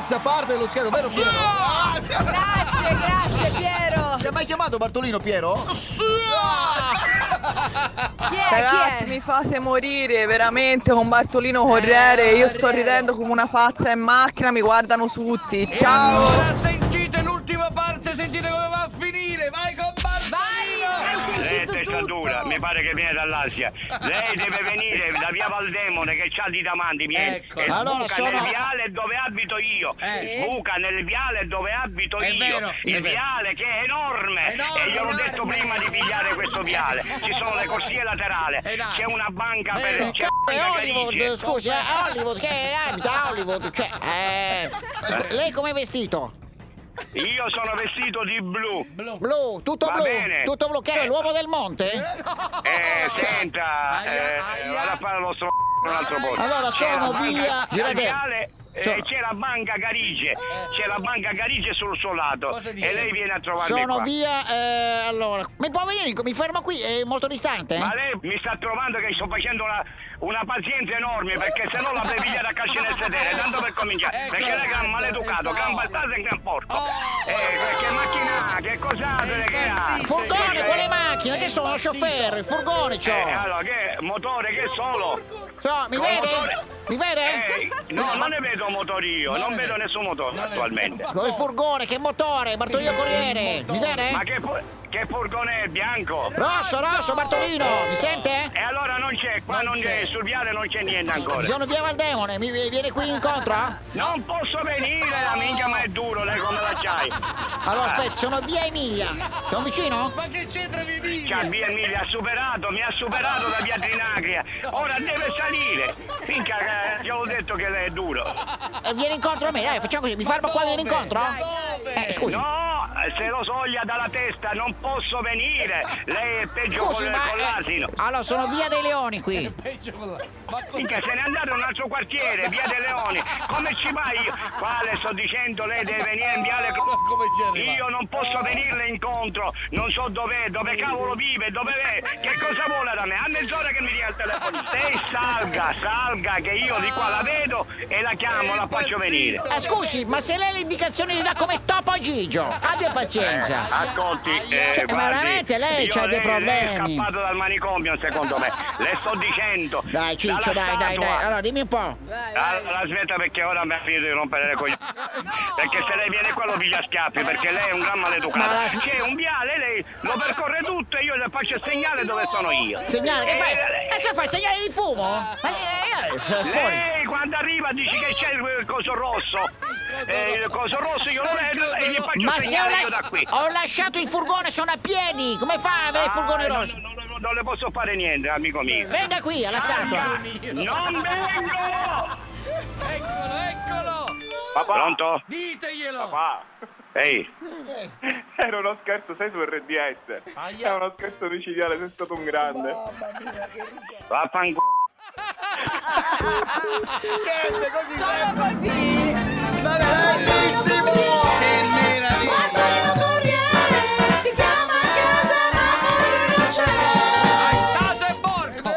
terza parte dello scherzo, vero Piero? Grazie Piero. Ti ha mai chiamato Bartolino Piero? Ragazzi, mi fate morire veramente con Bartolino Corriere. Io sto ridendo come una pazza in macchina, mi guardano tutti. Ciao! Ora sentite l'ultima parte, sentite come va a finire. Vai con Bartolino! Lei è testatura, mi pare che viene dall'Asia. Lei deve venire da via Valdemone che c'ha di davanti, vieni. Ecco. E Allora buca sono- nel viale dove abito io. Buca nel viale dove abito È io. vero, Il è vero. viale che è enorme. Enorme, E gliel'ho detto enorme. prima di pigliare questo viale. Ci sono le corsie laterali. Esatto. C'è una banca per... Vero. c'è È una Hollywood, Carige. scusi, è Hollywood, che abita a Hollywood, cioè, lei come è vestito? Io sono vestito di blu. Blu, tutto Va blu, bene. tutto blu, che è l'uomo del monte? Senta, vado a fare lo un altro posto. Allora, sono C'è la via banca- Girardet. dal viale, Sono- c'è la banca Carige, c'è la banca Carige sul suo lato. Cosa dice? E lei viene a trovarmi Sono qua. via, allora, mi può venire, mi fermo qui, è molto distante? Ma lei mi sta trovando che sto facendo una pazienza enorme, perché se no l'avrei pigliata a calci nel sedere, tanto per cominciare. Ecco, Perché lei è un maleducato, gran bastardo e gran porco. Che macchina, che cos'altro che ha? Furgone, quale macchina? Che sono? Chauffeur, furgone c'ho. Allora, che motore, che solo? Mi con vede? motore. Mi vede? No, non ne vedo motori io, non vedo nessun motore attualmente. Con il furgone, che motore, Bartolino Corriere, mi vede? Ma che furgone è bianco? Rosso, Bartolino, mi sente? E allora non c'è, qua non c'è, sul viale non c'è niente ancora. Sono via Valdemone, mi viene qui incontro? Non posso venire, la minchia, ma è duro, lei come la c'hai? Allora aspetta, sono via Emilia, sono vicino? Ma che c'entra Vivi? C'ha via Emilia, mi ha superato da via Trinacria. Ora deve salire. Finché ti avevo detto che lei è duro. Viene incontro a me, dai, facciamo così, mi fermo qua, viene incontro? Scusi. No, se lo soglia dalla testa, non posso venire. Lei è peggio Scusi, con ma l'asino. allora sono via dei Leoni qui. Finché se n'è andato in un altro quartiere, via dei Leoni. Come ci vai io? Qua le sto dicendo, lei deve venire in viale. Come ci arriva? Io non posso venirle incontro, non so dov'è, dove cavolo vive, dove è, che cosa vuole da me? A mezz'ora che mi dia il telefono. Lei salga, che io di qua la vedo e la chiamo, la faccio venire. Scusi, ma se lei le indicazioni le dà come Topo Gigio, abbia pazienza. Ascolti, ma guardi, veramente lei io c'ha dei lei è problemi. scappato dal manicomio, secondo me. Le sto dicendo. Dai, Ciccio, dalla dai. statua. Allora, dimmi un po'. La smetta perché ora mi ha finito di rompere le coglioni. Perché se lei viene qua lo piglia a schiaffi, perché lei è un gran maleducato. Ma la- C'è un viale, lei lo percorre tutto e io le faccio il segnale dove sono io. Segnale, che fai? Eh, Cosa fai? Segnale di fumo? Fuori. Lei quando arriva dice che c'è il coso rosso. Il coso rosso io lo vedo e gli faccio Ma il se segnale io da qui. ho lasciato il furgone, sono a piedi, come fa a avere il furgone no, rosso? non le posso fare niente, amico mio. Venga qui, alla statua. Non vengo! Eccolo! Papà, Pronto? Diteglielo! papà, Ehi, era uno scherzo, sei su RDS. È uno scherzo micidiale, sei stato un grande. vaffanculo. Niente, così Solo così. Vabbè. bellissimo! Che meraviglia! Bartolino Corriere ti chiama a casa ma poi non c'è. Hai taso e porco!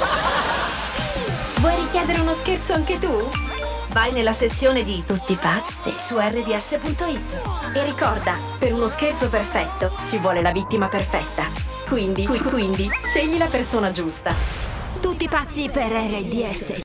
Vuoi richiedere uno scherzo anche tu? Vai nella sezione di Tutti pazzi su rds.it e ricorda, per uno scherzo perfetto ci vuole la vittima perfetta. Quindi, scegli la persona giusta. Tutti pazzi per RDS.